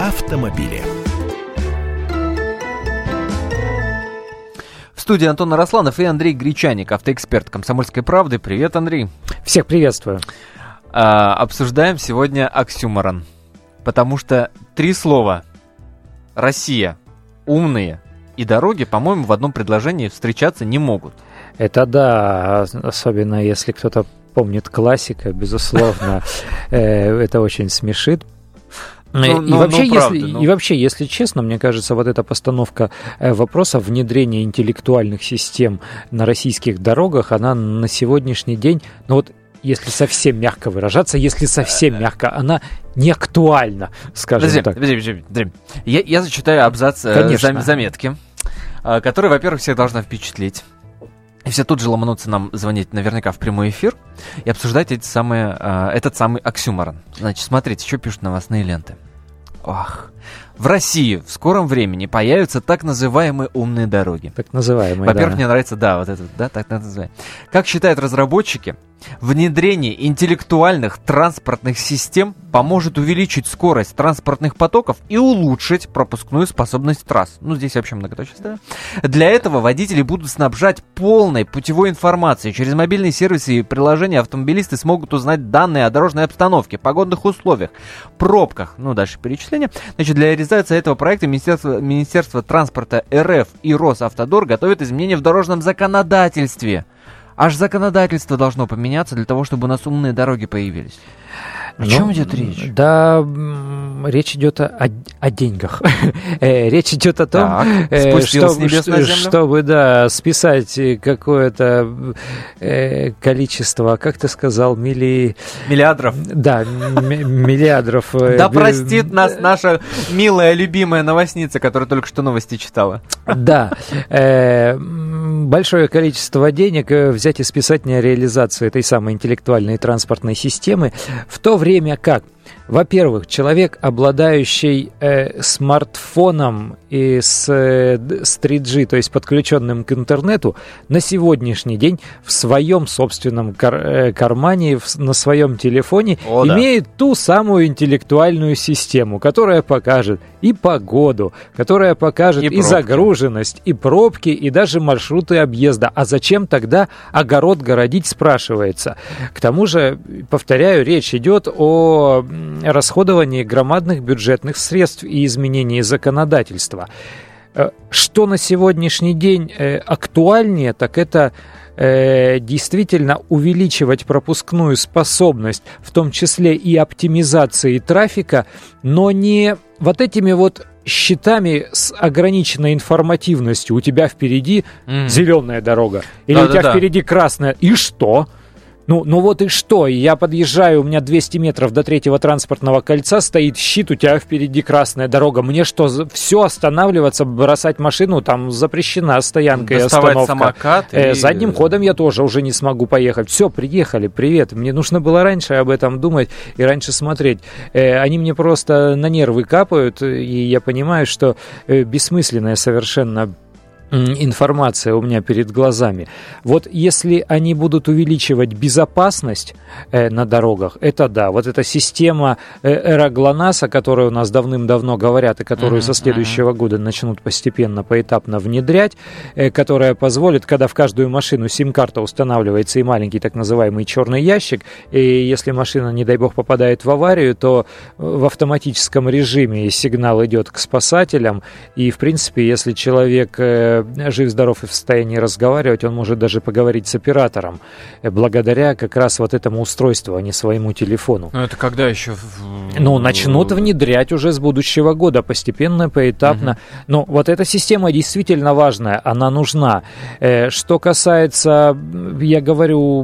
автомобиле. В студии Антон Арасланов и Андрей Гречаник, автоэксперт «Комсомольской правды». Привет, Андрей. Всех приветствую. Обсуждаем сегодня оксюморон, потому что 3 слова «Россия», «умные» и «дороги», по-моему, в одном предложении встречаться не могут. Это да, особенно если кто-то помнит классика, безусловно, это очень смешит. И вообще, если честно, мне кажется, вот эта постановка вопроса внедрения интеллектуальных систем на российских дорогах, она на сегодняшний день, ну вот, если совсем мягко выражаться, она не актуальна, скажем так. Подожди. Я зачитаю абзац заметки, которая, во-первых, всех должна впечатлить. И все тут же ломанутся нам звонить наверняка в прямой эфир и обсуждать этот самый оксюморон. Значит, смотрите, что пишут новостные ленты. В России в скором времени появятся так называемые умные дороги. Так называемые, Во-первых, мне нравится, так называемые. Как считают разработчики, внедрение интеллектуальных транспортных систем поможет увеличить скорость транспортных потоков и улучшить пропускную способность трасс. Здесь вообще многоточие. Для этого водители будут снабжать полной путевой информацией. Через мобильные сервисы и приложения автомобилисты смогут узнать данные о дорожной обстановке, погодных условиях, пробках. Дальше перечисление. Значит, для реализации этого проекта Министерство транспорта РФ и Росавтодор готовят изменения в дорожном законодательстве. Аж законодательство должно поменяться для того, чтобы у нас умные дороги появились. О чем идет речь? Да, речь идет о деньгах. Речь идет о том, чтобы списать какое-то количество, как ты сказал, миллиардров. Да, миллиардров. Да простит нас наша милая, любимая новостница, которая только что новости читала. Да, большое количество денег взять и списать на реализацию этой самой интеллектуальной транспортной системы, в то время как, во-первых, человек, обладающий смартфоном и с 3G, то есть подключенным к интернету, на сегодняшний день в своем собственном кармане, на своем телефоне имеет ту самую интеллектуальную систему, которая покажет и погоду, которая покажет и загруженность, и пробки, и даже маршруты объезда. А зачем тогда огород городить, спрашивается. К тому же, повторяю, речь идет о расходовании громадных бюджетных средств и изменении законодательства. Что на сегодняшний день актуальнее, так это действительно увеличивать пропускную способность, в том числе и оптимизации трафика, но не вот этими вот счетами с ограниченной информативностью. У тебя впереди зеленая дорога, или у тебя впереди красная. И что? Ну вот и что? Я подъезжаю, у меня 200 метров до 3-го транспортного кольца, стоит щит, у тебя впереди красная дорога. Мне что, все останавливаться, бросать машину? Там запрещена стоянка и остановка. Самокат задним ходом я тоже уже не смогу поехать. Все, приехали, привет. Мне нужно было раньше об этом думать и раньше смотреть. Они мне просто на нервы капают, и я понимаю, что бессмысленная совершенно информация у меня перед глазами. Вот если они будут увеличивать безопасность на дорогах, это да. Вот эта система эра ГЛОНАСС, о которой у нас давным-давно говорят и которую со следующего года начнут постепенно, поэтапно внедрять, которая позволит, когда в каждую машину сим-карта устанавливается и маленький так называемый черный ящик, и если машина, не дай бог, попадает в аварию, то в автоматическом режиме сигнал идет к спасателям, и в принципе, если человек жив-здоров и в состоянии разговаривать, он может даже поговорить с оператором, благодаря как раз вот этому устройству, а не своему телефону. Ну, это когда еще? Начнут внедрять уже с будущего года, постепенно, поэтапно. Но вот эта система действительно важная, она нужна. Что касается, я говорю,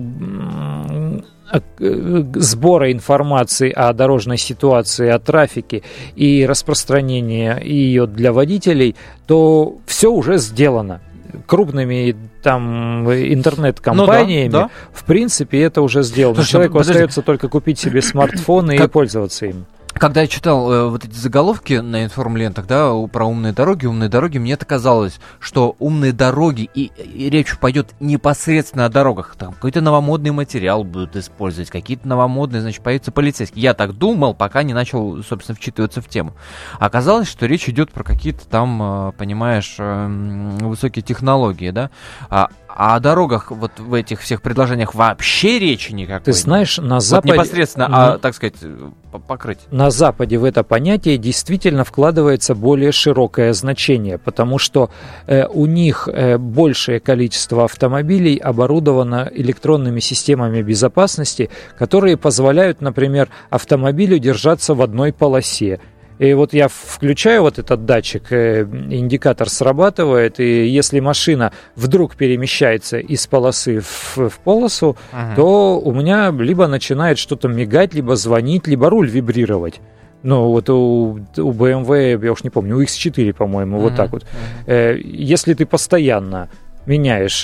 сбора информации о дорожной ситуации, о трафике и распространения ее для водителей, то все уже сделано. Крупными там интернет-компаниями, в принципе, это уже сделано. Человеку остается только купить себе смартфон и пользоваться им. Когда я читал вот эти заголовки на информлентах, да, про умные дороги, мне это казалось, что умные дороги, и речь пойдет непосредственно о дорогах. Там какой-то новомодный материал будут использовать, какие-то новомодные, значит, появятся полицейские. Я так думал, пока не начал, собственно, вчитываться в тему. Оказалось, что речь идет про какие-то там, понимаешь, высокие технологии, да. А о дорогах вот в этих всех предложениях вообще речи никакой. Ты знаешь, на Западе... Вот непосредственно, так сказать, покрыть. На Западе в это понятие действительно вкладывается более широкое значение, потому что у них большее количество автомобилей оборудовано электронными системами безопасности, которые позволяют, например, автомобилю держаться в одной полосе. И вот я включаю вот этот датчик, индикатор срабатывает, и если машина вдруг перемещается из полосы в полосу, то у меня либо начинает что-то мигать, либо звонить, либо руль вибрировать. Ну, вот у BMW, я уж не помню, у X4, по-моему, вот так вот. Если ты постоянно меняешь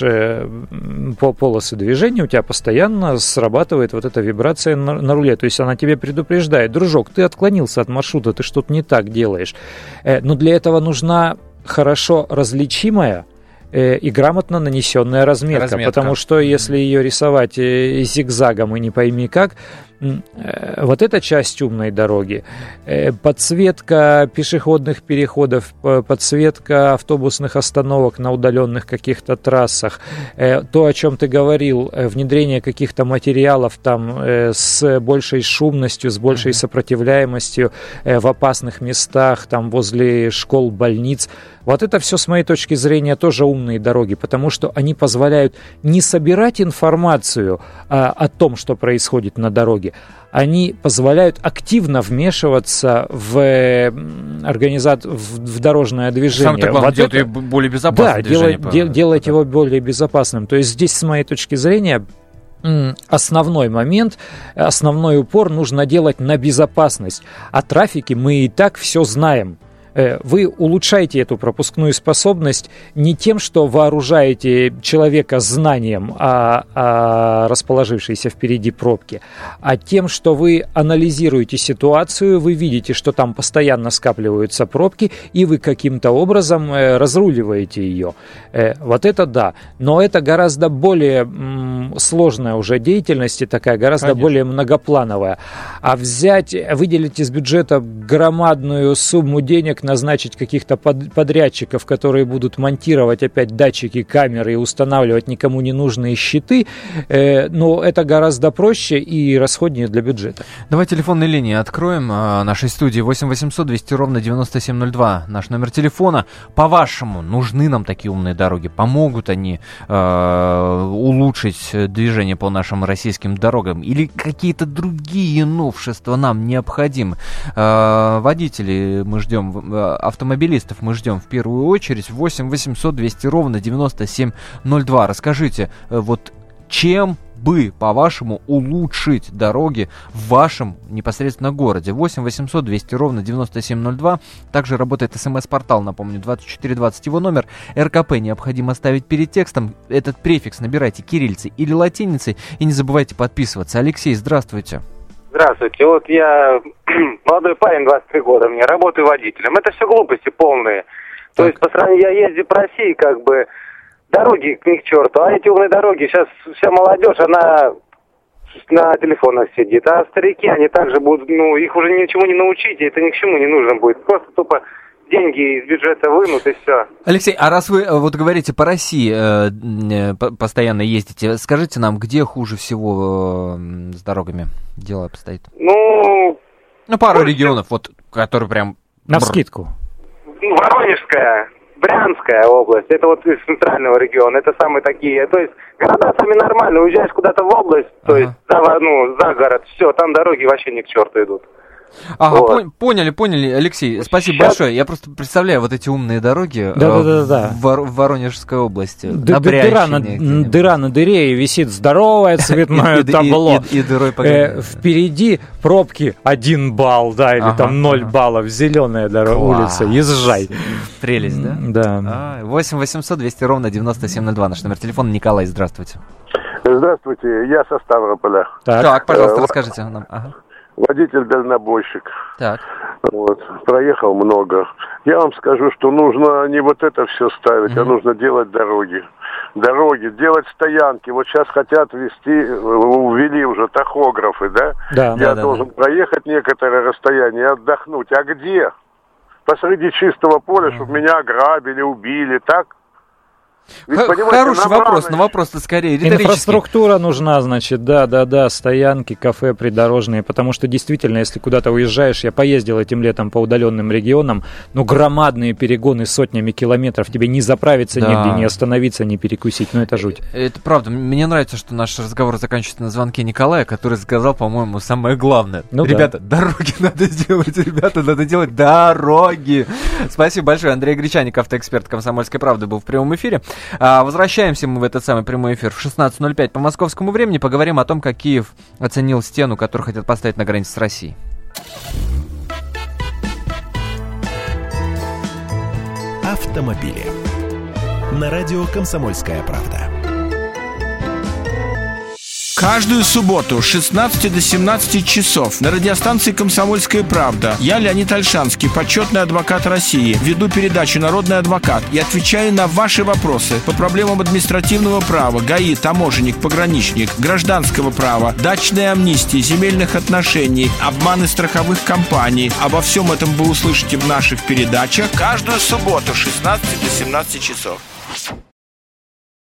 полосы движения, у тебя постоянно срабатывает вот эта вибрация на руле. То есть она тебе предупреждает: дружок, ты отклонился от маршрута, ты что-то не так делаешь. Но для этого нужна хорошо различимая и грамотно нанесенная разметка. Потому что если ее рисовать зигзагом и не пойми как, вот эта часть умной дороги, подсветка пешеходных переходов, подсветка автобусных остановок на удаленных каких-то трассах, то, о чем ты говорил, внедрение каких-то материалов там с большей шумностью, с большей сопротивляемостью в опасных местах, там возле школ, больниц. Вот это все, с моей точки зрения, тоже умные дороги, потому что они позволяют не собирать информацию о том, что происходит на дороге, они позволяют активно вмешиваться в дорожное движение. Самое главное, вот делать его более безопасным. Да, делать его более безопасным. То есть здесь, с моей точки зрения, основной момент, основной упор нужно делать на безопасность. О трафике мы и так все знаем. Вы улучшаете эту пропускную способность не тем, что вооружаете человека знанием о расположившейся впереди пробке, а тем, что вы анализируете ситуацию, вы видите, что там постоянно скапливаются пробки, и вы каким-то образом разруливаете ее. Вот это да. Но это гораздо более сложная уже деятельность и такая гораздо более многоплановая. А выделить из бюджета громадную сумму денег, назначить каких-то подрядчиков, которые будут монтировать опять датчики, камеры и устанавливать никому не нужные щиты, но это гораздо проще и расходнее для бюджета. Давай телефонные линии откроем нашей студии. 8 800 200 ровно 9702. Наш номер телефона. По-вашему, нужны нам такие умные дороги? Помогут они улучшить движение по нашим российским дорогам? Или какие-то другие новшества нам необходимы? Водителей мы ждем, автомобилистов мы ждем в первую очередь. 8 800 200 ровно 9702. Расскажите, вот чем бы, по-вашему, улучшить дороги в вашем непосредственно городе? 8 800 200 ровно 9702. Также работает смс-портал, напомню, 2420 его номер. РКП необходимо ставить перед текстом. Этот префикс набирайте кириллицей или латиницей. И не забывайте подписываться. Алексей, здравствуйте. Здравствуйте. Вот я молодой парень, 23 года мне, работаю водителем. Это все глупости полные. То есть по сравнению, я езжу по России, как бы, дороги к них черту. А эти умные дороги, сейчас вся молодежь, она на телефонах сидит. А старики, они также будут, их уже ничему не научить, и это ни к чему не нужно будет. Просто тупо деньги из бюджета вынут, и все. Алексей, а раз вы вот говорите по России постоянно ездите, скажите нам, где хуже всего с дорогами дело обстоит? Пару регионов, вот, которые прям... Навскидку. Воронежская, Брянская область, это вот из центрального региона, это самые такие, то есть города сами нормально, уезжаешь куда-то в область, то есть за город, все, там дороги вообще ни к черту идут. Ага, вот. Поняли, Алексей, спасибо большое. Я просто представляю вот эти умные дороги в Воронежской области. Дыра на дыре, и висит здоровое цветное табло. И дырой погоняет. Впереди пробки 1 балл, да, или там 0 баллов, зеленая улица, езжай. Прелесть, да? Да. 8 800 200 ровно 9702, наш номер телефона. Николай, здравствуйте. Здравствуйте, я со Ставрополя. Так, пожалуйста, расскажите нам. водитель-дальнобойщик. Так. Вот, проехал много. Я вам скажу, что нужно не вот это все ставить, а нужно делать дороги. Дороги, делать стоянки. Вот сейчас хотят ввели уже тахографы, да? Да. Я должен проехать некоторое расстояние и отдохнуть. А где? Посреди чистого поля, чтобы меня ограбили, убили, так? Ведь, Хороший вопрос, но вопрос-то скорее риторический. Инфраструктура нужна, значит, да, стоянки, кафе придорожные, потому что действительно, если куда-то уезжаешь, я поездил этим летом по удаленным регионам, но громадные перегоны сотнями километров, тебе не заправиться негде, не остановиться, не перекусить, это жуть. Это правда, мне нравится, что наш разговор заканчивается на звонке Николая, который сказал, по-моему, самое главное. Ребята, дороги надо делать, дороги. Спасибо большое, Андрей Гречаник, автоэксперт «Комсомольской правды», был в прямом эфире. Возвращаемся мы в этот самый прямой эфир в 16:05 по московскому времени. Поговорим о том, как Киев оценил стену, которую хотят поставить на границе с Россией. Автомобили. На радио «Комсомольская правда». Каждую субботу с 16 до 17 часов на радиостанции «Комсомольская правда» я, Леонид Ольшанский, почетный адвокат России, веду передачу «Народный адвокат» и отвечаю на ваши вопросы по проблемам административного права, ГАИ, таможенник, пограничник, гражданского права, дачной амнистии, земельных отношений, обманы страховых компаний. Обо всем этом вы услышите в наших передачах каждую субботу с 16 до 17 часов.